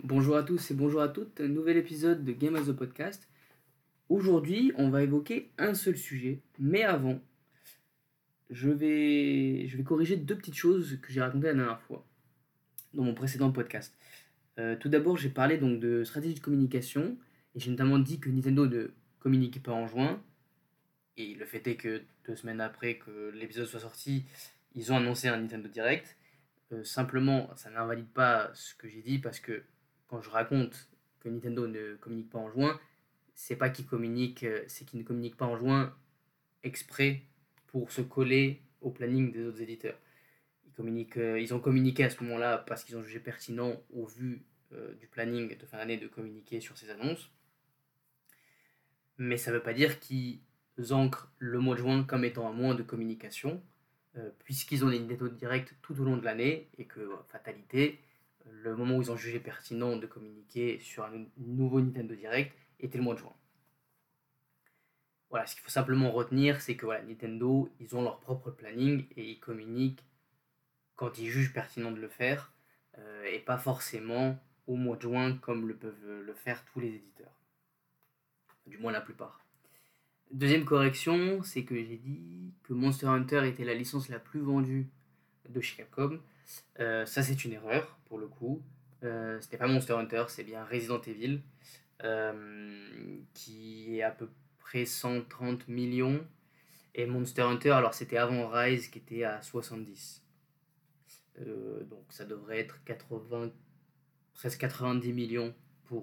Bonjour à tous et bonjour à toutes, nouvel épisode de Game as a Podcast. Aujourd'hui, on va évoquer un seul sujet, mais avant, je vais corriger deux petites choses que j'ai racontées la dernière fois, dans mon précédent podcast. Tout d'abord, j'ai parlé donc de stratégie de communication, et j'ai notamment dit que Nintendo ne communiquait pas en juin, et le fait est que 2 semaines après que l'épisode soit sorti, ils ont annoncé un Nintendo Direct. Simplement, ça n'invalide pas ce que j'ai dit parce que quand je raconte que Nintendo ne communique pas en juin, c'est pas qu'ils communiquent, c'est qu'ils ne communiquent pas en juin exprès pour se coller au planning des autres éditeurs. Ils ont communiqué à ce moment-là parce qu'ils ont jugé pertinent au vu du planning de fin d'année de communiquer sur ces annonces. Mais ça ne veut pas dire qu'ils ancrent le mois de juin comme étant un mois de communication, puisqu'ils ont des Nintendo Direct tout au long de l'année et que, fatalité, le moment où ils ont jugé pertinent de communiquer sur un nouveau Nintendo Direct était le mois de juin. Voilà, ce qu'il faut simplement retenir, c'est que Nintendo, ils ont leur propre planning et ils communiquent quand ils jugent pertinent de le faire, et pas forcément au mois de juin comme le peuvent le faire tous les éditeurs. Du moins la plupart. Deuxième correction, c'est que j'ai dit que Monster Hunter était la licence la plus vendue de chez Capcom. Ça, c'est une erreur, pour le coup. C'était pas Monster Hunter, c'est bien Resident Evil, qui est à peu près 130 millions. Et Monster Hunter, alors c'était avant Rise, qui était à 70. Donc ça devrait être 80, presque 90 millions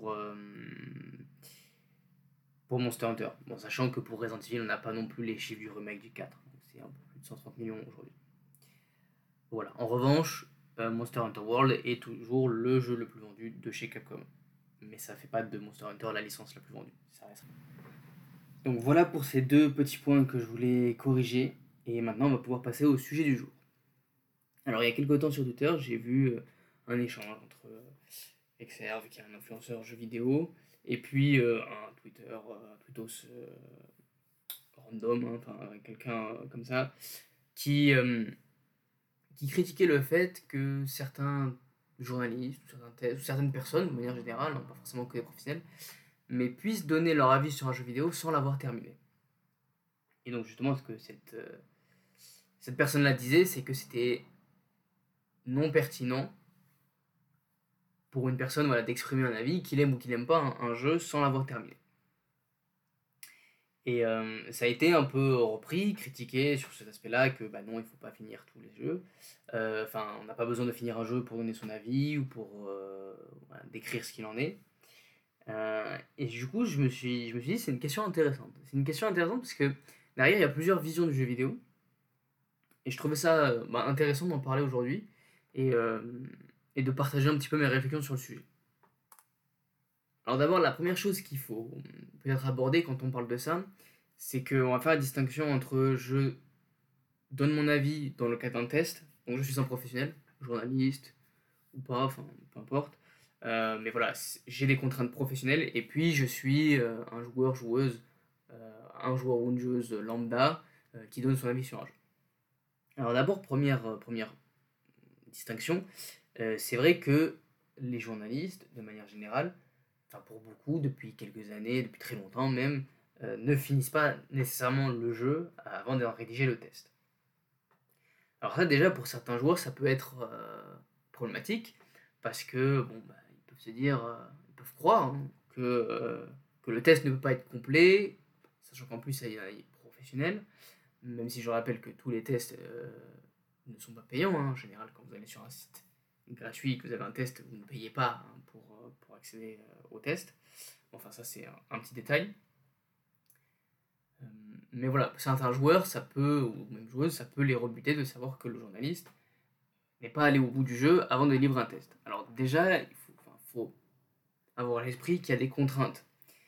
pour Monster Hunter. Bon, sachant que pour Resident Evil, on n'a pas non plus les chiffres du remake du 4. Donc c'est un peu plus de 130 millions aujourd'hui. Voilà. En revanche, Monster Hunter World est toujours le jeu le plus vendu de chez Capcom. Mais ça fait pas de Monster Hunter la licence la plus vendue. Ça reste. Donc voilà pour ces deux petits points que je voulais corriger. Et maintenant, on va pouvoir passer au sujet du jour. Alors, il y a quelques temps sur Twitter, j'ai vu un échange entre Exerve, qui est un influenceur jeux vidéo, et puis un Twitter plutôt random, hein, enfin quelqu'un comme ça, qui critiquait le fait que certains journalistes, ou certaines personnes, de manière générale, pas forcément que des professionnels, mais puissent donner leur avis sur un jeu vidéo sans l'avoir terminé. Et donc justement, ce que cette personne-là disait, c'est que c'était non pertinent pour une personne d'exprimer un avis, qu'il aime ou qu'il n'aime pas un jeu sans l'avoir terminé. Et ça a été un peu repris, critiqué sur cet aspect-là, que non, il ne faut pas finir tous les jeux. On n'a pas besoin de finir un jeu pour donner son avis ou pour décrire ce qu'il en est. Et du coup, je me suis dit, c'est une question intéressante. C'est une question intéressante parce que derrière, il y a plusieurs visions du jeu vidéo. Et je trouvais ça intéressant d'en parler aujourd'hui et de partager un petit peu mes réflexions sur le sujet. Alors d'abord, la première chose qu'il faut peut-être aborder quand on parle de ça, c'est qu'on va faire la distinction entre je donne mon avis dans le cadre d'un test, donc je suis un professionnel, journaliste ou pas, enfin peu importe, mais voilà, j'ai des contraintes professionnelles et puis je suis un joueur, joueuse, un joueur ou une joueuse lambda qui donne son avis sur un jeu. Alors d'abord, première distinction, c'est vrai que les journalistes, de manière générale, pour beaucoup, depuis quelques années, depuis très longtemps même, ne finissent pas nécessairement le jeu avant d'avoir rédigé le test. Alors ça déjà, pour certains joueurs, ça peut être problématique, parce que ils peuvent se dire, ils peuvent croire que le test ne peut pas être complet, sachant qu'en plus il est professionnel, même si je rappelle que tous les tests ne sont pas payants, en général quand vous allez sur un site gratuit, que vous avez un test, vous ne payez pas pour accéder au test. Enfin, ça, c'est un petit détail. Mais voilà, certains joueurs, ça peut, ou même joueuses, ça peut les rebuter de savoir que le journaliste n'est pas allé au bout du jeu avant de livrer un test. Alors déjà, il faut avoir à l'esprit qu'il y a des contraintes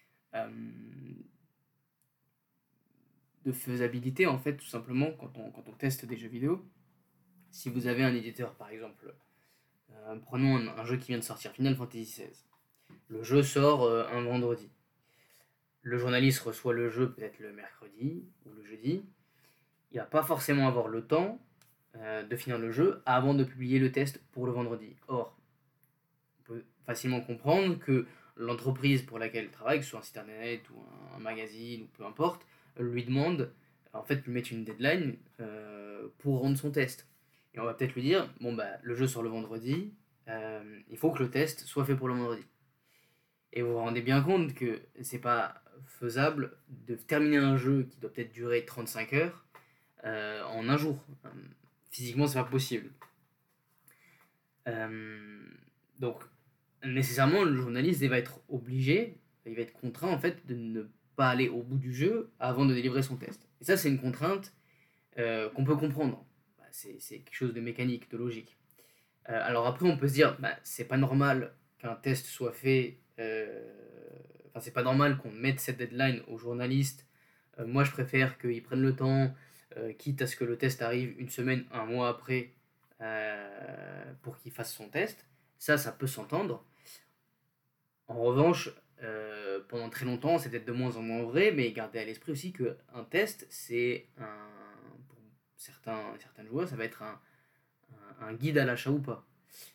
de faisabilité, en fait, tout simplement, quand on teste des jeux vidéo. Si vous avez un éditeur, par exemple, prenons un jeu qui vient de sortir, Final Fantasy XVI. Le jeu sort un vendredi. Le journaliste reçoit le jeu peut-être le mercredi ou le jeudi. Il va pas forcément avoir le temps de finir le jeu avant de publier le test pour le vendredi. Or, on peut facilement comprendre que l'entreprise pour laquelle elle travaille, que ce soit un site internet ou un magazine ou peu importe, lui demande en fait lui mettre une deadline pour rendre son test. Et on va peut-être lui dire, bon bah le jeu sort le vendredi, il faut que le test soit fait pour le vendredi. Et vous vous rendez bien compte que c'est pas faisable de terminer un jeu qui doit peut-être durer 35 heures en un jour. Physiquement, c'est pas possible. Donc, nécessairement, le journaliste il va être obligé, il va être contraint en fait de ne pas aller au bout du jeu avant de délivrer son test. Et ça, c'est une contrainte qu'on peut comprendre. Bah, c'est quelque chose de mécanique, de logique. Alors après, on peut se dire, bah, c'est pas normal qu'un test soit fait. Enfin, c'est pas normal qu'on mette cette deadline aux journalistes. Moi, je préfère qu'ils prennent le temps, quitte à ce que le test arrive une semaine, un mois après, pour qu'il fasse son test. Ça peut s'entendre. En revanche, pendant très longtemps, c'est peut-être de moins en moins vrai, mais gardez à l'esprit aussi qu'un test, pour certains joueurs, ça va être un guide à l'achat ou pas.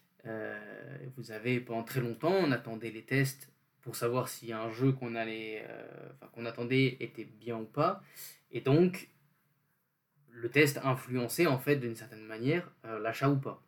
Vous avez pendant très longtemps, on attendait les tests pour savoir si un jeu qu'on attendait était bien ou pas, et donc le test influençait en fait d'une certaine manière l'achat ou pas.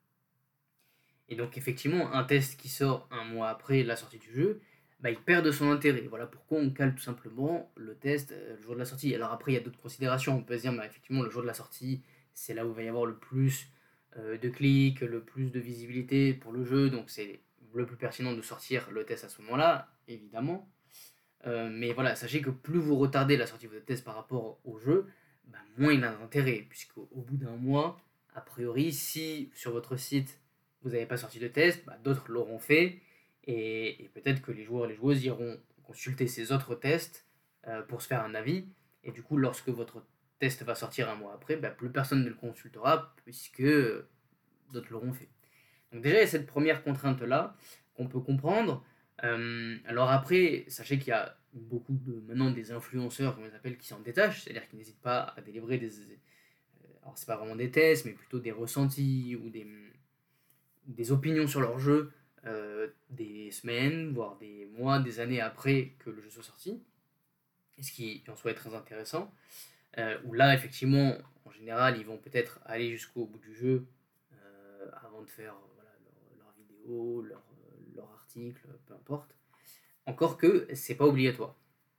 Et donc effectivement, un test qui sort un mois après la sortie du jeu, bah, il perd de son intérêt. Voilà pourquoi on cale tout simplement le test le jour de la sortie. Alors après, il y a d'autres considérations. On peut se dire, bah, effectivement, le jour de la sortie, c'est là où il va y avoir le plus de clics, le plus de visibilité pour le jeu. Donc c'est le plus pertinent de sortir le test à ce moment-là, évidemment. Mais voilà, sachez que plus vous retardez la sortie de votre test par rapport au jeu, bah, moins il a d'intérêt. Puisqu'au bout d'un mois, a priori, si sur votre site vous n'avez pas sorti de test, bah, d'autres l'auront fait. Et peut-être que les joueurs et les joueuses iront consulter ces autres tests pour se faire un avis. Et du coup, lorsque votre test va sortir un mois après, bah, plus personne ne le consultera puisque d'autres l'auront fait. Donc déjà, il y a cette première contrainte-là qu'on peut comprendre. Alors après, sachez qu'il y a maintenant des influenceurs, comme on les appelle, qui s'en détachent, c'est-à-dire qu'ils n'hésitent pas à délivrer alors c'est pas vraiment des tests, mais plutôt des ressentis ou des opinions sur leur jeu des semaines, voire des mois, des années après que le jeu soit sorti, et ce qui en soit très intéressant, où là effectivement en général ils vont peut-être aller jusqu'au bout du jeu avant de faire voilà, leur vidéo, leur article, peu importe, encore que c'est pas obligatoire.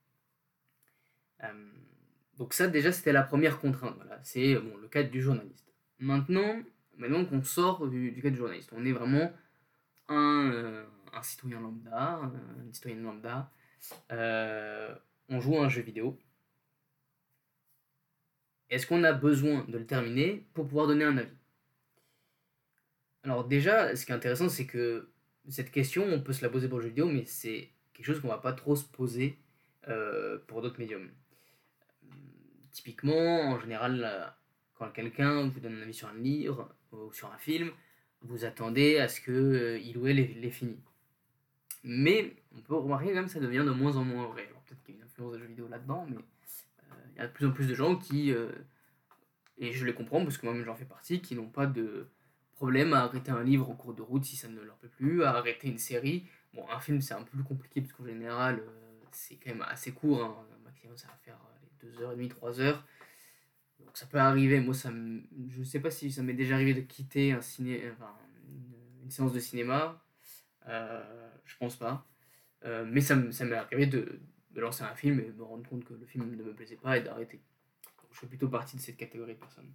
Donc ça déjà c'était la première contrainte, voilà. C'est le cadre du journaliste. Maintenant qu'on sort du cadre du journaliste, on est vraiment un citoyen lambda, une citoyenne lambda, on joue à un jeu vidéo. Est-ce qu'on a besoin de le terminer pour pouvoir donner un avis? Alors déjà, ce qui est intéressant, c'est que cette question, on peut se la poser pour le jeu vidéo, mais c'est quelque chose qu'on va pas trop se poser pour d'autres médiums. Typiquement, en général, quand quelqu'un vous donne un avis sur un livre ou sur un film, vous attendez à ce qu'il ou elle l'ait fini. Mais on peut remarquer quand même que ça devient de moins en moins vrai. Alors peut-être qu'il y a une influence des jeux vidéo là-dedans, mais il y a de plus en plus de gens qui, et je les comprends parce que moi-même j'en fais partie, qui n'ont pas de problème à arrêter un livre en cours de route si ça ne leur plaît plus, à arrêter une série. Bon, un film c'est un peu plus compliqué parce qu'en général c'est quand même assez court, hein. Maximum ça va faire 2h30, 3h. Donc ça peut arriver, moi je sais pas si ça m'est déjà arrivé de quitter une séance de cinéma, je pense pas. Mais ça m'est arrivé de lancer un film et me rendre compte que le film ne me plaisait pas et d'arrêter. Donc, je fais plutôt partie de cette catégorie de personnes.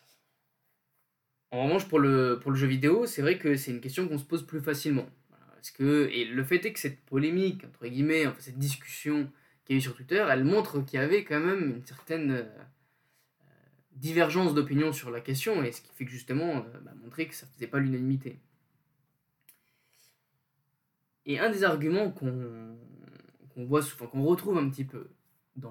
En revanche, pour le jeu vidéo, c'est vrai que c'est une question qu'on se pose plus facilement. Voilà, et le fait est que cette polémique, entre guillemets, enfin, cette discussion qu'il y a eu sur Twitter, elle montre qu'il y avait quand même une certaine divergence d'opinion sur la question, et ce qui fait que justement, montrer que ça ne faisait pas l'unanimité. Et un des arguments qu'on voit souvent, qu'on retrouve un petit peu dans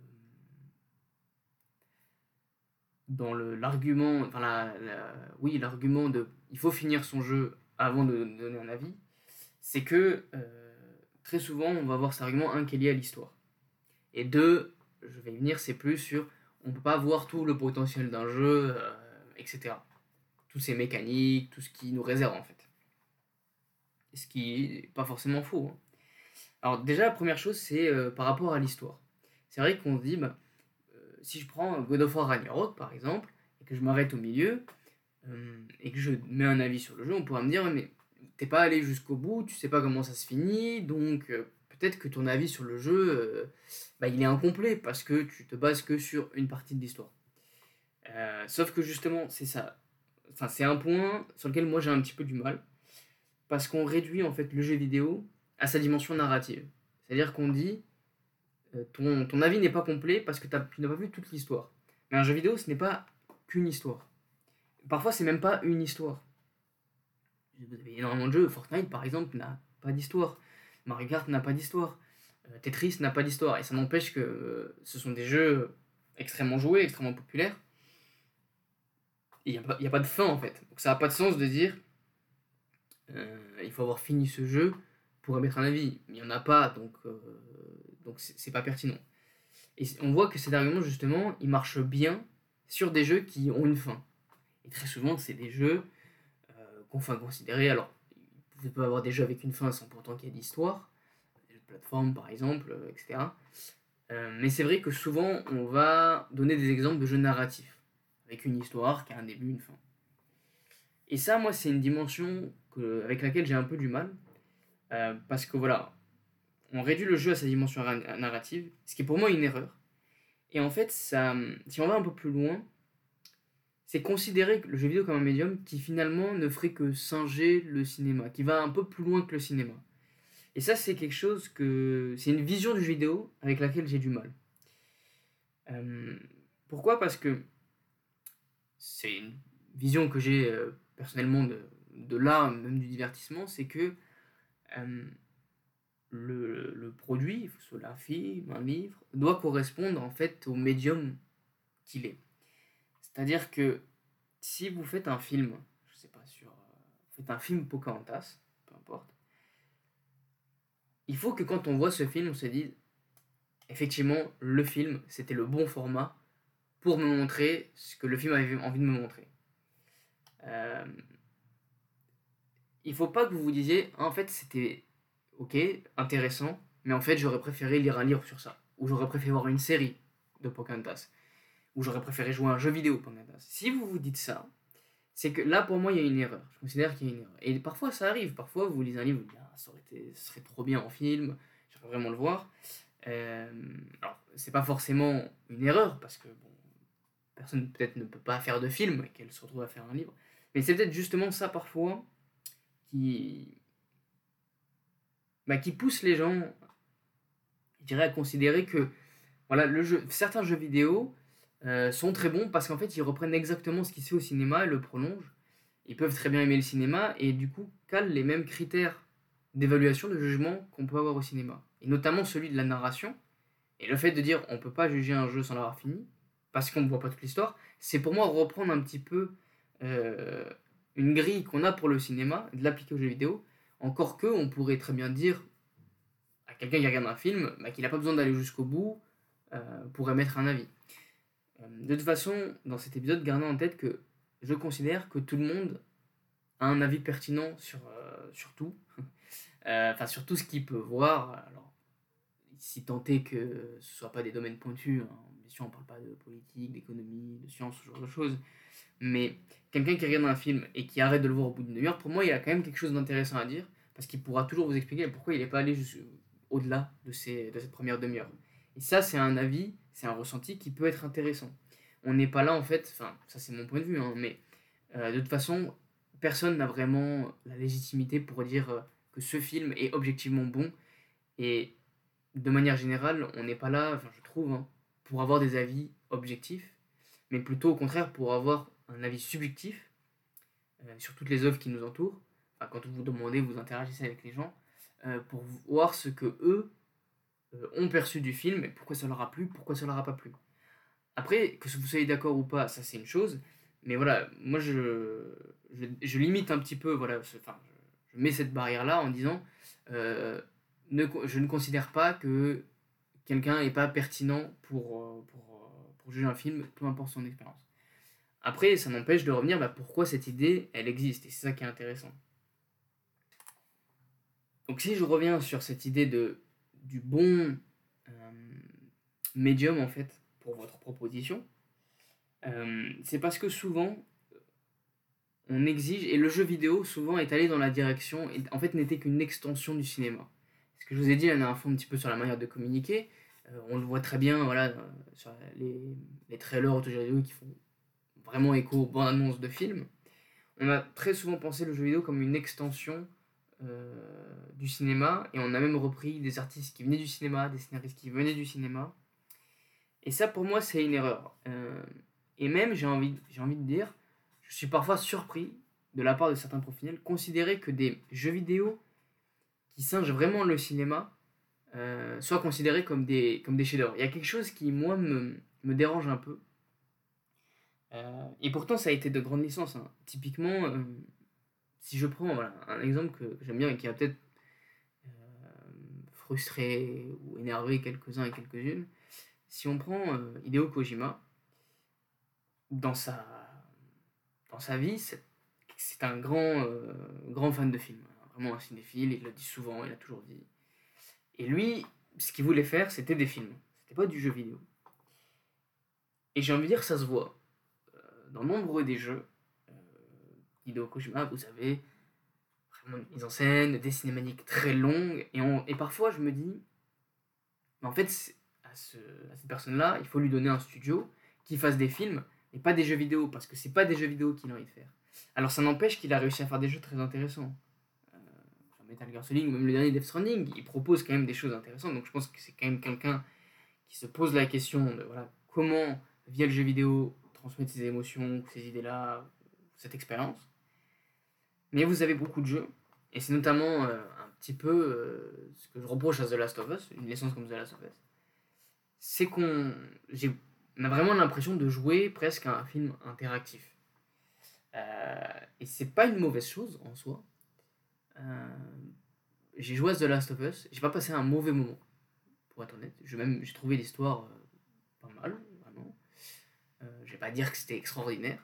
l'argument, l'argument de il faut finir son jeu avant de donner un avis, c'est que très souvent on va voir cet argument, qui est lié à l'histoire. Et deux, je vais y venir, c'est plus sur on ne peut pas voir tout le potentiel d'un jeu, etc. Toutes ces mécaniques, tout ce qui nous réserve en fait. ce qui n'est pas forcément faux, hein. Alors déjà, la première chose, c'est par rapport à l'histoire. C'est vrai qu'on se dit, si je prends God of War Ragnarok, par exemple, et que je m'arrête au milieu, et que je mets un avis sur le jeu, on pourra me dire, mais t'es pas allé jusqu'au bout, tu sais pas comment ça se finit, donc peut-être que ton avis sur le jeu, il est incomplet, parce que tu te bases que sur une partie de l'histoire. Sauf que justement, c'est ça. Enfin, c'est un point sur lequel moi j'ai un petit peu du mal, parce qu'on réduit en fait le jeu vidéo à sa dimension narrative. C'est-à-dire qu'on dit, ton avis n'est pas complet parce que tu n'as pas vu toute l'histoire. Mais un jeu vidéo, ce n'est pas qu'une histoire. Parfois, c'est même pas une histoire. Vous avez énormément de jeux. Fortnite, par exemple, n'a pas d'histoire. Mario Kart n'a pas d'histoire. Tetris n'a pas d'histoire. Et ça n'empêche que ce sont des jeux extrêmement joués, extrêmement populaires. Et il n'y a pas de fin, en fait. Donc ça n'a pas de sens de dire il faut avoir fini ce jeu pour émettre un avis. Il n'y en a pas, donc c'est pas pertinent. Et on voit que cet argument, justement, il marche bien sur des jeux qui ont une fin. Et très souvent, c'est des jeux qu'on va considérer. Alors, vous pouvez avoir des jeux avec une fin sans pourtant qu'il y ait d'histoire, des jeux de plateforme par exemple, etc. Mais c'est vrai que souvent, on va donner des exemples de jeux narratifs, avec une histoire qui a un début, une fin. Et ça, moi, c'est une dimension avec laquelle j'ai un peu du mal, parce que voilà, on réduit le jeu à sa dimension narrative, ce qui est pour moi une erreur. Et en fait, ça, si on va un peu plus loin, c'est considérer le jeu vidéo comme un médium qui finalement ne ferait que singer le cinéma, qui va un peu plus loin que le cinéma. Et ça, c'est quelque chose que... C'est une vision du jeu vidéo avec laquelle j'ai du mal. Pourquoi ? Parce que c'est une vision que j'ai personnellement de l'art, même du divertissement, c'est que le produit, que ce soit un film, un livre, doit correspondre en fait au médium qu'il est. C'est-à-dire que si vous faites un film, je sais pas, vous faites un film Pocahontas, peu importe, il faut que quand on voit ce film, on se dise, effectivement, le film, c'était le bon format pour me montrer ce que le film avait envie de me montrer. Il faut pas que vous vous disiez, en fait, c'était ok, intéressant, mais en fait, j'aurais préféré lire un livre sur ça, ou j'aurais préféré voir une série de Pocahontas, ou j'aurais préféré jouer à un jeu vidéo Pocahontas. Si vous vous dites ça, c'est que là, pour moi, il y a une erreur. Je considère qu'il y a une erreur. Et parfois, ça arrive. Parfois, vous lisez un livre, vous dites, ça serait trop bien en film, j'aimerais vraiment le voir. Alors, c'est pas forcément une erreur, parce que bon, personne peut-être ne peut pas faire de film et qu'elle se retrouve à faire un livre. Mais c'est peut-être justement ça, parfois, qui pousse les gens, je dirais, à considérer que voilà, certains jeux vidéo sont très bons parce qu'en fait, ils reprennent exactement ce qui se fait au cinéma et le prolongent. Ils peuvent très bien aimer le cinéma et du coup calent les mêmes critères d'évaluation, de jugement qu'on peut avoir au cinéma. Et notamment celui de la narration. Et le fait de dire on peut pas juger un jeu sans l'avoir fini, parce qu'on ne voit pas toute l'histoire, c'est pour moi reprendre un petit peu une grille qu'on a pour le cinéma, de l'appliquer aux jeux vidéo. Encore que on pourrait très bien dire à quelqu'un qui regarde un film qu'il n'a pas besoin d'aller jusqu'au bout pour émettre un avis. De toute façon, dans cet épisode, gardez en tête que je considère que tout le monde a un avis pertinent sur tout, sur tout ce qu'il peut voir. Alors, si tant est que ce ne soit pas des domaines pointus, hein. Bien sûr, on ne parle pas de politique, d'économie, de science, ce genre de choses, mais quelqu'un qui regarde un film et qui arrête de le voir au bout d'une demi-heure, pour moi, il a quand même quelque chose d'intéressant à dire, parce qu'il pourra toujours vous expliquer pourquoi il n'est pas allé au-delà de cette première demi-heure. Et ça, c'est un avis, c'est un ressenti qui peut être intéressant. On n'est pas là, en fait, ça c'est mon point de vue, hein, mais de toute façon, personne n'a vraiment la légitimité pour dire que ce film est objectivement bon, et de manière générale, on n'est pas là, je trouve, hein, pour avoir des avis objectifs, mais plutôt au contraire pour avoir un avis subjectif sur toutes les œuvres qui nous entourent. Quand vous demandez, vous interagissez avec les gens, pour voir ce que eux ont perçu du film, et pourquoi ça leur a plu, pourquoi ça leur a pas plu. Après, que vous soyez d'accord ou pas, ça c'est une chose, mais voilà, moi je limite un petit peu, voilà, je mets cette barrière-là en disant, je ne considère pas que quelqu'un n'est pas pertinent pour juger un film, peu importe son expérience. Après, ça n'empêche de revenir pourquoi cette idée, elle existe, et c'est ça qui est intéressant. Donc si je reviens sur cette idée du bon médium en fait pour votre proposition, c'est parce que souvent on exige, et le jeu vidéo souvent est allé dans la direction, et en fait n'était qu'une extension du cinéma. Ce que je vous ai dit la dernière fois un petit peu sur la manière de communiquer, on le voit très bien voilà, sur les trailers auto jeux vidéo qui font vraiment écho aux bandes annonces de films. On a très souvent pensé le jeu vidéo comme une extension du cinéma, et on a même repris des artistes qui venaient du cinéma, des scénaristes qui venaient du cinéma. Et ça, pour moi, c'est une erreur. Et même, j'ai envie de dire, je suis parfois surpris de la part de certains professionnels considérer que des jeux vidéo qui singent vraiment le cinéma soient considérés comme des chefs-d'œuvre. Il y a quelque chose qui, moi, me dérange un peu. Et pourtant, ça a été de grandes licences. Hein. Typiquement, si je prends voilà, un exemple que j'aime bien et qui a peut-être frustré ou énervé quelques-uns et quelques-unes, si on prend Hideo Kojima, dans sa vie, c'est un grand fan de films. Vraiment un cinéphile, il l'a dit souvent, il l'a toujours dit. Et lui, ce qu'il voulait faire, c'était des films. C'était pas du jeu vidéo. Et j'ai envie de dire, ça se voit. Dans nombreux des jeux, Hideo Kojima, vous avez vraiment une mise en scène, des cinématiques très longues, et parfois je me dis, mais en fait, à cette personne-là, il faut lui donner un studio qui fasse des films, et pas des jeux vidéo, parce que c'est pas des jeux vidéo qu'il a envie de faire. Alors ça n'empêche qu'il a réussi à faire des jeux très intéressants. Metal Gear Solid, ou même le dernier Death Stranding, il propose quand même des choses intéressantes, donc je pense que c'est quand même quelqu'un qui se pose la question de voilà, comment, via le jeu vidéo, transmettre ses émotions, ces idées-là, cette expérience. Mais vous avez beaucoup de jeux, et c'est notamment un petit peu ce que je reproche à The Last of Us, une licence comme The Last of Us, c'est qu'on a vraiment l'impression de jouer presque à un film interactif. Et c'est pas une mauvaise chose en soi. J'ai joué à The Last of Us, j'ai pas passé un mauvais moment, pour être honnête. J'ai trouvé l'histoire pas mal, vraiment. Je vais pas dire que c'était extraordinaire,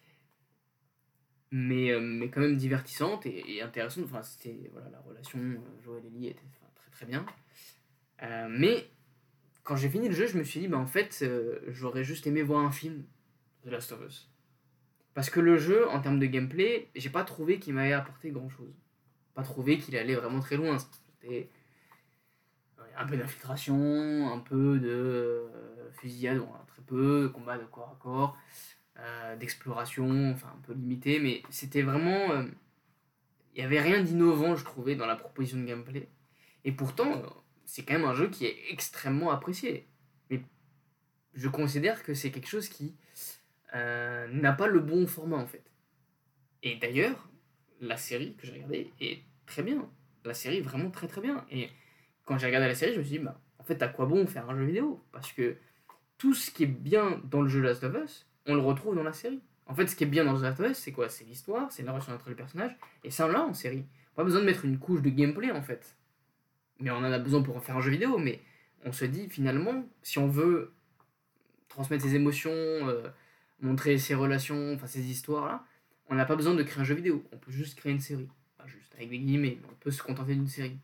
mais quand même divertissante et intéressante. Enfin, c'était voilà, la relation Joel et Ellie était très très bien. Mais quand j'ai fini le jeu, je me suis dit, bah en fait, j'aurais juste aimé voir un film The Last of Us. Parce que le jeu, en termes de gameplay, j'ai pas trouvé qu'il m'avait apporté grand chose. Pas trouvé qu'il allait vraiment très loin. C'était un peu d'infiltration, un peu de fusillade, bon, très peu, de combat de corps à corps, d'exploration, enfin un peu limité, mais c'était vraiment. Il n'y avait rien d'innovant, je trouvais, dans la proposition de gameplay. Et pourtant, c'est quand même un jeu qui est extrêmement apprécié. Mais je considère que c'est quelque chose qui n'a pas le bon format, en fait. Et d'ailleurs, la série que j'ai regardée est très bien. La série est vraiment très très bien. Et quand j'ai regardé la série, je me suis dit, bah, en fait, à quoi bon faire un jeu vidéo? Parce que tout ce qui est bien dans le jeu Last of Us, on le retrouve dans la série. En fait, ce qui est bien dans Last of Us, c'est quoi? C'est l'histoire, c'est la relation entre les personnages, et ça, on l'a en série. Pas besoin de mettre une couche de gameplay, en fait. Mais on en a besoin pour en faire un jeu vidéo, mais on se dit, finalement, si on veut transmettre ses émotions, montrer ses relations, enfin ces histoires-là, on n'a pas besoin de créer un jeu vidéo. On peut juste créer une série. Pas juste avec des guillemets, mais on peut se contenter d'une série.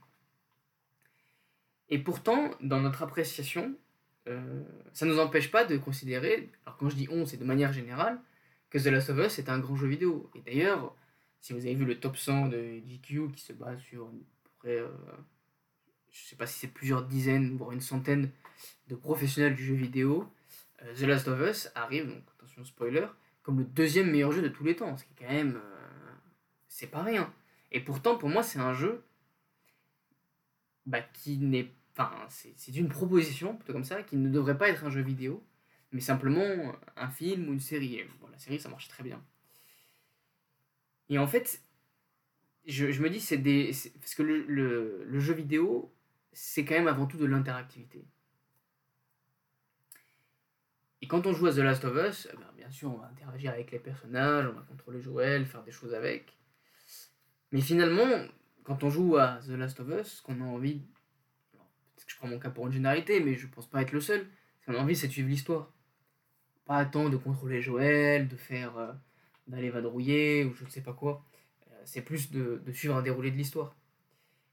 Et pourtant, dans notre appréciation, ça ne nous empêche pas de considérer, alors quand je dis on, c'est de manière générale, que The Last of Us est un grand jeu vidéo. Et d'ailleurs, si vous avez vu le top 100 de GQ qui se base sur à peu près, je sais pas si c'est plusieurs dizaines, voire une centaine de professionnels du jeu vidéo, The Last of Us arrive, donc attention spoiler, comme le deuxième meilleur jeu de tous les temps, ce qui est quand même, c'est pas rien. Et pourtant, pour moi, c'est un jeu qui n'est, enfin, c'est une proposition plutôt comme ça, qui ne devrait pas être un jeu vidéo, mais simplement un film ou une série. Et bon, la série, ça marche très bien. Et en fait, je me dis, parce que le jeu vidéo, c'est quand même avant tout de l'interactivité. Et quand on joue à The Last of Us, bien sûr, on va interagir avec les personnages, on va contrôler Joel, faire des choses avec. Mais finalement, quand on joue à The Last of Us, qu'on a envie, peut-être que je prends mon cas pour une généralité, mais je pense pas être le seul, ce qu'on a envie, c'est de suivre l'histoire. Pas attendre de contrôler Joel, de faire, d'aller vadrouiller, ou je ne sais pas quoi. C'est plus de suivre un déroulé de l'histoire.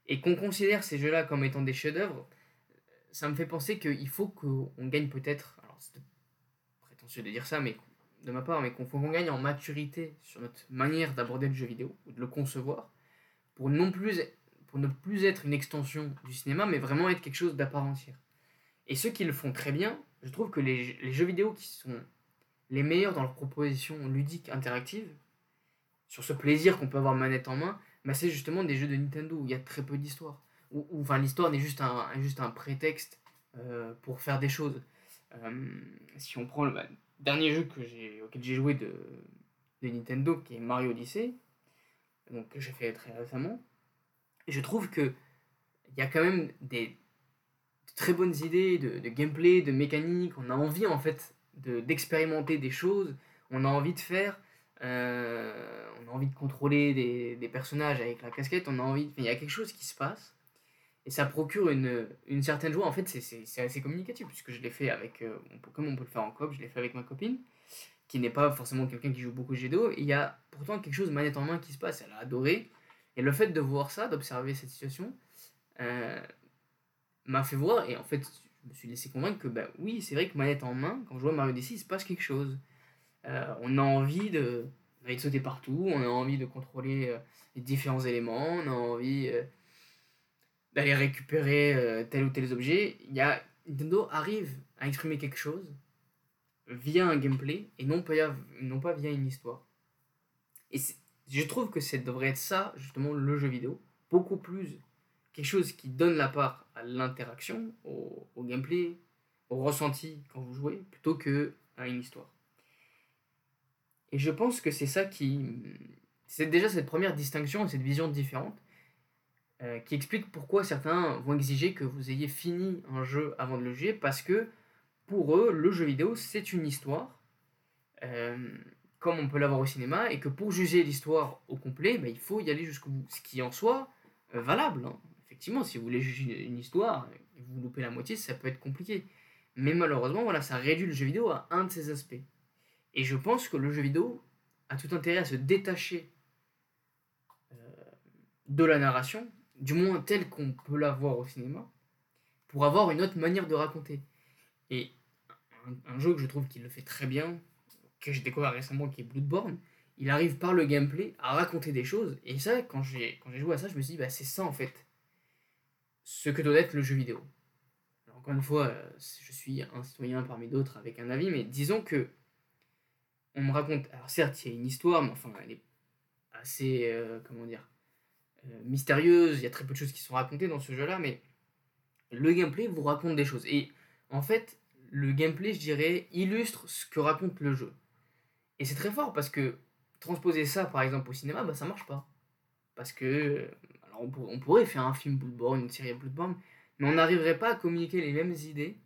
Et qu'on considère ces jeux-là comme étant des chefs-d'œuvre, ça me fait penser qu'il faut qu'on gagne peut-être, alors c'est prétentieux de dire ça, mais de ma part, mais qu'on gagne en maturité sur notre manière d'aborder le jeu vidéo, ou de le concevoir, pour, non plus, pour ne plus être une extension du cinéma, mais vraiment être quelque chose d'à part entière. Et ceux qui le font très bien, je trouve que les jeux vidéo qui sont les meilleurs dans leur proposition ludique interactive, sur ce plaisir qu'on peut avoir manette en main, bah c'est justement des jeux de Nintendo où il y a très peu d'histoire. Où enfin, l'histoire n'est juste un prétexte pour faire des choses. Euh, Si on prend le dernier jeu auquel j'ai joué de Nintendo, qui est Mario Odyssey, donc, que j'ai fait très récemment, je trouve que il y a quand même de très bonnes idées de gameplay, de mécanique. On a envie en fait d'expérimenter des choses, on a envie de faire, on a envie de contrôler des personnages avec la casquette, on a envie, il y a quelque chose qui se passe et ça procure une certaine joie. En fait, c'est assez communicatif puisque je l'ai fait avec, comme on peut le faire en coop, je l'ai fait avec ma copine qui n'est pas forcément quelqu'un qui joue beaucoup de jeux vidéo. Et il y a pourtant quelque chose manette en main qui se passe, elle a adoré. Et le fait de voir ça, d'observer cette situation, euh, m'a fait voir, et en fait, je me suis laissé convaincre que, bah oui, c'est vrai que manette en main, quand je joue à Mario Odyssey, il se passe quelque chose. On a envie de sauter partout, on a envie de contrôler les différents éléments, on a envie d'aller récupérer tel ou tel objet. Nintendo arrive à exprimer quelque chose via un gameplay et non pas via une histoire. Et je trouve que ça devrait être ça, justement, le jeu vidéo. Beaucoup plus quelque chose qui donne la part à l'interaction, au gameplay, au ressenti quand vous jouez, plutôt que à une histoire. Et je pense que c'est ça qui. C'est déjà cette première distinction et cette vision différente qui explique pourquoi certains vont exiger que vous ayez fini un jeu avant de le jouer, parce que pour eux, le jeu vidéo, c'est une histoire, euh, comme on peut l'avoir au cinéma, et que pour juger l'histoire au complet, bah, il faut y aller jusqu'au bout. Ce qui en soit valable. Hein. Effectivement, si vous voulez juger une histoire et vous loupez la moitié, ça peut être compliqué. Mais malheureusement, voilà, ça réduit le jeu vidéo à un de ses aspects. Et je pense que le jeu vidéo a tout intérêt à se détacher euh, de la narration, du moins telle qu'on peut la voir au cinéma, pour avoir une autre manière de raconter. Et un jeu que je trouve qu'il le fait très bien, que j'ai découvert récemment, qui est Bloodborne, il arrive par le gameplay à raconter des choses. Et ça, quand j'ai joué à ça, je me suis dit, bah, c'est ça en fait, ce que doit être le jeu vidéo. Alors, encore une fois, je suis un citoyen parmi d'autres avec un avis, mais disons que on me raconte. Alors certes, il y a une histoire, mais enfin, elle est assez, comment dire, mystérieuse. Il y a très peu de choses qui sont racontées dans ce jeu-là, mais le gameplay vous raconte des choses. Et en fait, le gameplay, je dirais, illustre ce que raconte le jeu. Et c'est très fort parce que transposer ça, par exemple, au cinéma, bah, ça marche pas. Parce que, alors on pourrait faire un film Bloodborne, une série Bloodborne, mais on n'arriverait pas à communiquer les mêmes idées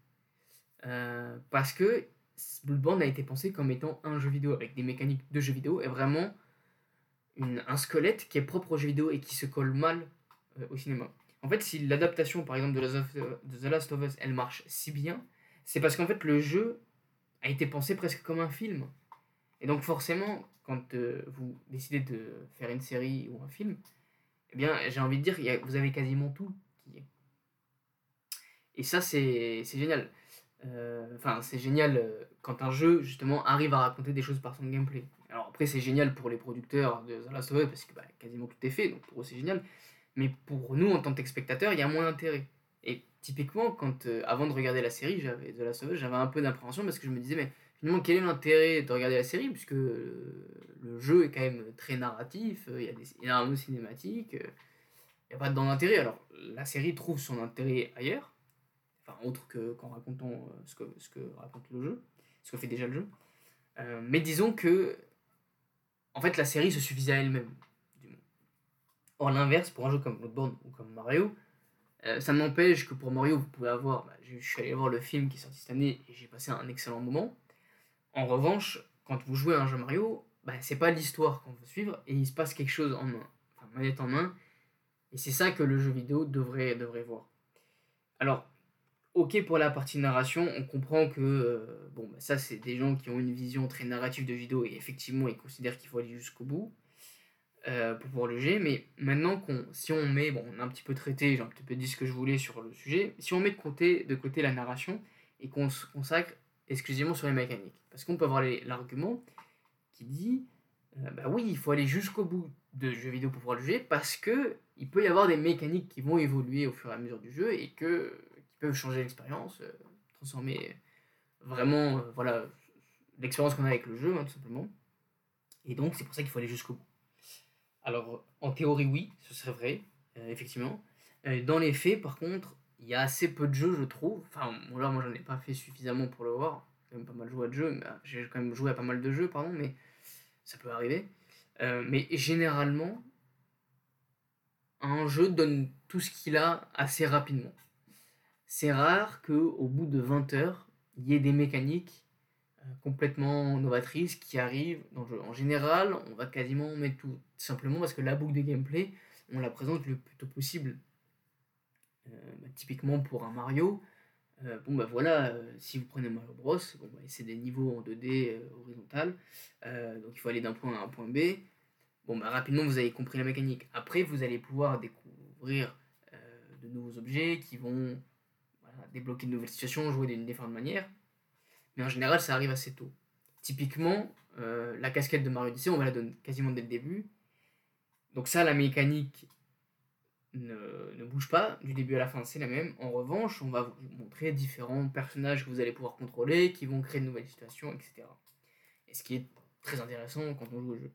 parce que Bloodborne a été pensé comme étant un jeu vidéo avec des mécaniques de jeu vidéo et vraiment un squelette qui est propre au jeu vidéo et qui se colle mal au cinéma. En fait, si l'adaptation, par exemple, de The Last of Us, elle marche si bien, c'est parce qu'en fait, le jeu a été pensé presque comme un film. Et donc forcément, quand vous décidez de faire une série ou un film, eh bien, j'ai envie de dire, vous avez quasiment tout qui est. Et ça, c'est génial. Enfin, c'est génial quand un jeu, justement, arrive à raconter des choses par son gameplay. Alors après, c'est génial pour les producteurs de The Last of Us, parce que bah, quasiment tout est fait, donc pour eux, c'est génial. Mais pour nous, en tant que spectateurs, il y a moins d'intérêt. Et typiquement, avant de regarder la série, The Last of Us, j'avais un peu d'appréhension, parce que je me disais, mais finalement, quel est l'intérêt de regarder la série, puisque le jeu est quand même très narratif, il y a énormément de cinématiques, il n'y a pas d'intérêt. Alors, la série trouve son intérêt ailleurs, enfin, autre qu'en racontant ce que raconte le jeu, ce que fait déjà le jeu. Mais disons que, en fait, la série se suffisait à elle-même. Or, l'inverse, pour un jeu comme Bloodborne ou comme Mario, ça n'empêche que pour Mario, vous pouvez avoir. Bah, je suis allé voir le film qui est sorti cette année et j'ai passé un excellent moment. En revanche, quand vous jouez à un jeu Mario, bah, c'est pas l'histoire qu'on veut suivre et il se passe quelque chose en main, enfin manette en main, et c'est ça que le jeu vidéo devrait voir. Alors, ok pour la partie narration, on comprend que bon, bah, ça c'est des gens qui ont une vision très narrative de vidéo et effectivement ils considèrent qu'il faut aller jusqu'au bout. pour pouvoir le juger. Mais maintenant, si on met, bon, on a un petit peu traité, j'ai un petit peu dit ce que je voulais sur le sujet, si on met de côté la narration et qu'on se consacre exclusivement sur les mécaniques, parce qu'on peut avoir l'argument qui dit, bah oui, il faut aller jusqu'au bout de jeux vidéo pour pouvoir le juger, parce que il peut y avoir des mécaniques qui vont évoluer au fur et à mesure du jeu et qui peuvent changer l'expérience, transformer vraiment, voilà, l'expérience qu'on a avec le jeu, hein, tout simplement. Et donc, c'est pour ça qu'il faut aller jusqu'au bout. Alors, en théorie, oui, ce serait vrai, effectivement. Dans les faits, par contre, il y a assez peu de jeux, je trouve. Enfin, là, moi, j'en ai pas fait suffisamment pour le voir. J'ai quand même pas mal joué à de jeux, j'ai quand même joué à pas mal de jeux, pardon, mais ça peut arriver. Mais généralement, un jeu donne tout ce qu'il a assez rapidement. C'est rare qu'au bout de 20 heures, il y ait des mécaniques complètement novatrices qui arrivent dans le jeu. En général, on va quasiment mettre tout simplement parce que la boucle de gameplay, on la présente le plus tôt possible. Typiquement pour un Mario, bon bah voilà, si vous prenez Mario Bros, bon, bah, c'est des niveaux en 2D horizontal, donc il faut aller d'un point A à un point B. Bon bah rapidement vous avez compris la mécanique. Après vous allez pouvoir découvrir de nouveaux objets qui vont voilà, débloquer de nouvelles situations, jouer d'une différente manière. Mais en général, ça arrive assez tôt. Typiquement, la casquette de Mario Odyssey, on va la donner quasiment dès le début. Donc ça, la mécanique ne bouge pas du début à la fin, c'est la même. En revanche, on va vous montrer différents personnages que vous allez pouvoir contrôler, qui vont créer de nouvelles situations, etc. Et ce qui est très intéressant quand on joue au jeu.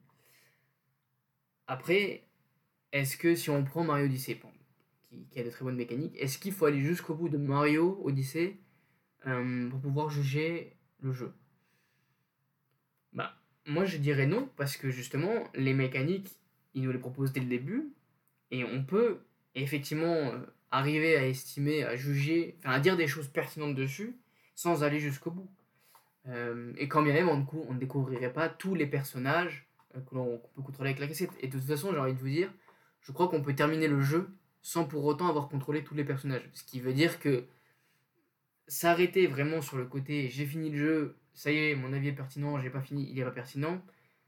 Après, est-ce que si on prend Mario Odyssey, qui a de très bonnes mécaniques, est-ce qu'il faut aller jusqu'au bout de Mario Odyssey pour pouvoir juger le jeu? Bah, moi je dirais non, parce que justement, les mécaniques, ils nous les proposent dès le début, et on peut effectivement arriver à estimer, à juger, enfin à dire des choses pertinentes dessus, sans aller jusqu'au bout. Et quand bien même, on ne découvrirait pas tous les personnages qu'on peut contrôler avec la cassette. Et de toute façon, j'ai envie de vous dire, je crois qu'on peut terminer le jeu sans pour autant avoir contrôlé tous les personnages. Ce qui veut dire que s'arrêter vraiment sur le côté j'ai fini le jeu, ça y est, mon avis est pertinent, j'ai pas fini, il est pas pertinent,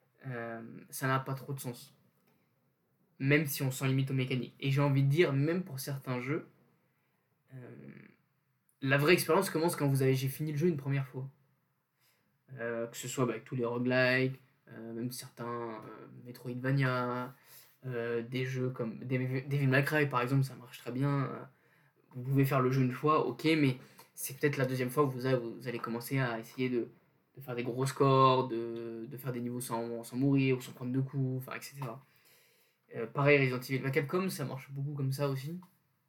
ça n'a pas trop de sens. Même si on s'en limite aux mécaniques. Et j'ai envie de dire, même pour certains jeux, euh, la vraie expérience commence quand j'ai fini le jeu une première fois. Que ce soit avec tous les roguelikes, même certains Metroidvania, des jeux comme Devil May Cry par exemple, ça marche très bien. Vous pouvez faire le jeu une fois, ok, mais c'est peut-être la deuxième fois que vous allez commencer à essayer de faire des gros scores, de faire des niveaux sans mourir ou sans prendre de coups, enfin, etc. Pareil, Resident Evil, Capcom, ça marche beaucoup comme ça aussi.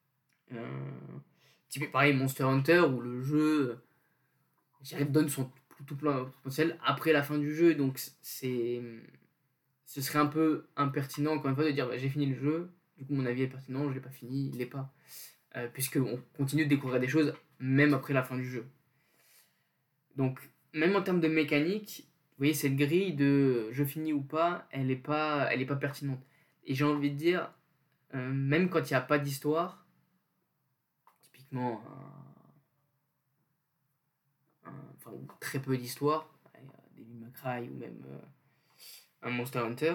Pareil, Monster Hunter, où le jeu donne son tout plein potentiel après la fin du jeu, donc ce serait un peu impertinent, encore une fois, de dire bah, j'ai fini le jeu, du coup mon avis est pertinent, je l'ai pas fini, il l'est pas. Puisqu'on continue de découvrir des choses même après la fin du jeu. Donc, même en termes de mécanique, vous voyez, cette grille de je finis ou pas, elle est pas pertinente. Et j'ai envie de dire, même quand il n'y a pas d'histoire, typiquement, enfin, très peu d'histoire, des Devil May Cry ou même un Monster Hunter,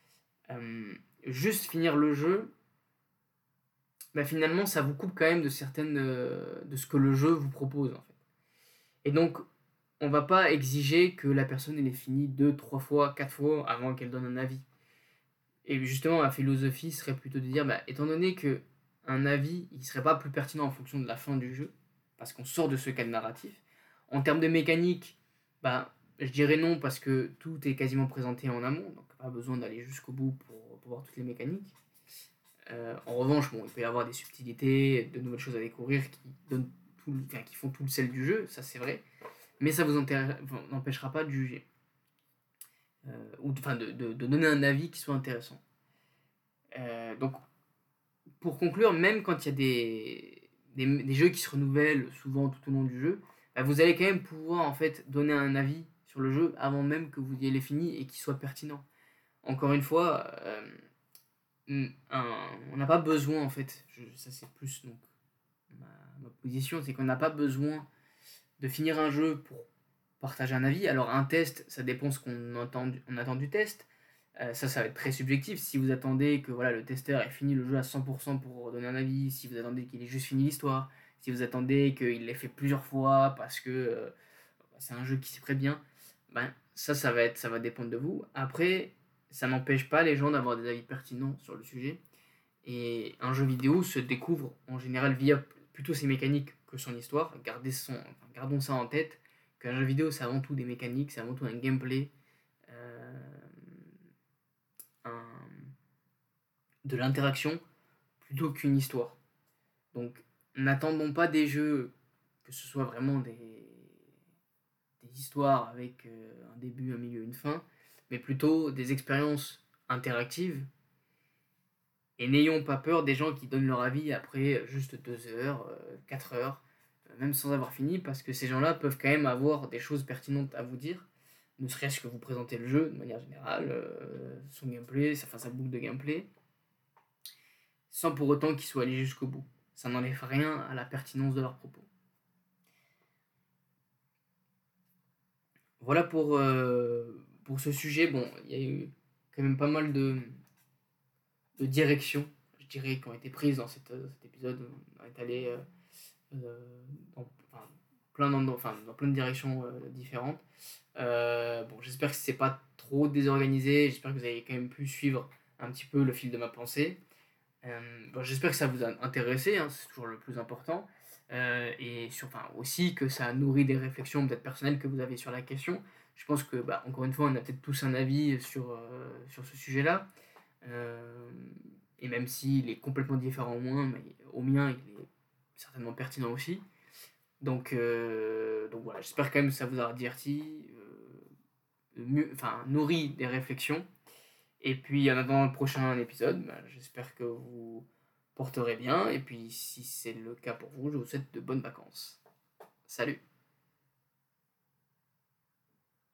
juste finir le jeu, bah, finalement, ça vous coupe quand même de de ce que le jeu vous propose, en fait. Et donc, on va pas exiger que la personne ait fini 2, 3 fois, 4 fois avant qu'elle donne un avis. Et justement, ma philosophie serait plutôt de dire, bah, étant donné que un avis, il serait pas plus pertinent en fonction de la fin du jeu, parce qu'on sort de ce cadre narratif. En termes de mécanique, bah, je dirais non, parce que tout est quasiment présenté en amont, donc pas besoin d'aller jusqu'au bout pour voir toutes les mécaniques. En revanche, bon, il peut y avoir des subtilités, de nouvelles choses à découvrir qui font tout le sel du jeu, ça c'est vrai, mais ça vous n'empêchera pas de juger. Ou de donner un avis qui soit intéressant. Donc, pour conclure, même quand il y a des jeux qui se renouvellent souvent tout au long du jeu, bah, vous allez quand même pouvoir en fait donner un avis sur le jeu avant même que vous ayez fini et qu'il soit pertinent. Encore une fois, on n'a pas besoin en fait, ça c'est plus donc ma position, c'est qu'on n'a pas besoin de finir un jeu pour partager un avis. Alors un test, ça dépend ce qu'on attend du test. Ça va être très subjectif. Si vous attendez que voilà, le testeur ait fini le jeu à 100% pour donner un avis, si vous attendez qu'il ait juste fini l'histoire, si vous attendez qu'il l'ait fait plusieurs fois parce que c'est un jeu qui s'y prête bien, ben, ça va dépendre de vous. Après, ça n'empêche pas les gens d'avoir des avis pertinents sur le sujet. Et un jeu vidéo se découvre en général via plutôt ses mécaniques que son histoire. Gardons ça en tête, qu'un jeu vidéo c'est avant tout des mécaniques, c'est avant tout un gameplay, euh, un- de l'interaction plutôt qu'une histoire. Donc n'attendons pas des jeux que ce soit vraiment des histoires avec un début, un milieu, une fin, mais plutôt des expériences interactives. Et n'ayons pas peur des gens qui donnent leur avis après juste 2 heures, 4 heures, même sans avoir fini, parce que ces gens-là peuvent quand même avoir des choses pertinentes à vous dire, ne serait-ce que vous présenter le jeu de manière générale, son gameplay, sa boucle de gameplay, sans pour autant qu'ils soient allés jusqu'au bout. Ça n'enlève rien à la pertinence de leurs propos. Voilà pour ce sujet. Bon, il y a eu quand même pas mal de directions, je dirais, qui ont été prises dans cet épisode. On est allé dans, enfin, dans plein de directions différentes. Bon, j'espère que c'est pas trop désorganisé. J'espère que vous avez quand même pu suivre un petit peu le fil de ma pensée. Bon, j'espère que ça vous a intéressé, hein, c'est toujours le plus important. Aussi que ça a nourri des réflexions peut-être personnelles que vous avez sur la question. Je pense que, bah, encore une fois, on a peut-être tous un avis sur ce sujet-là. Euh, et même s'il est complètement différent mais au mien, il est certainement pertinent aussi. Donc voilà, j'espère quand même que ça vous a diverti, nourri des réflexions. Et puis en attendant le prochain épisode, bah, j'espère que vous porterez bien. Et puis si c'est le cas pour vous, je vous souhaite de bonnes vacances. Salut!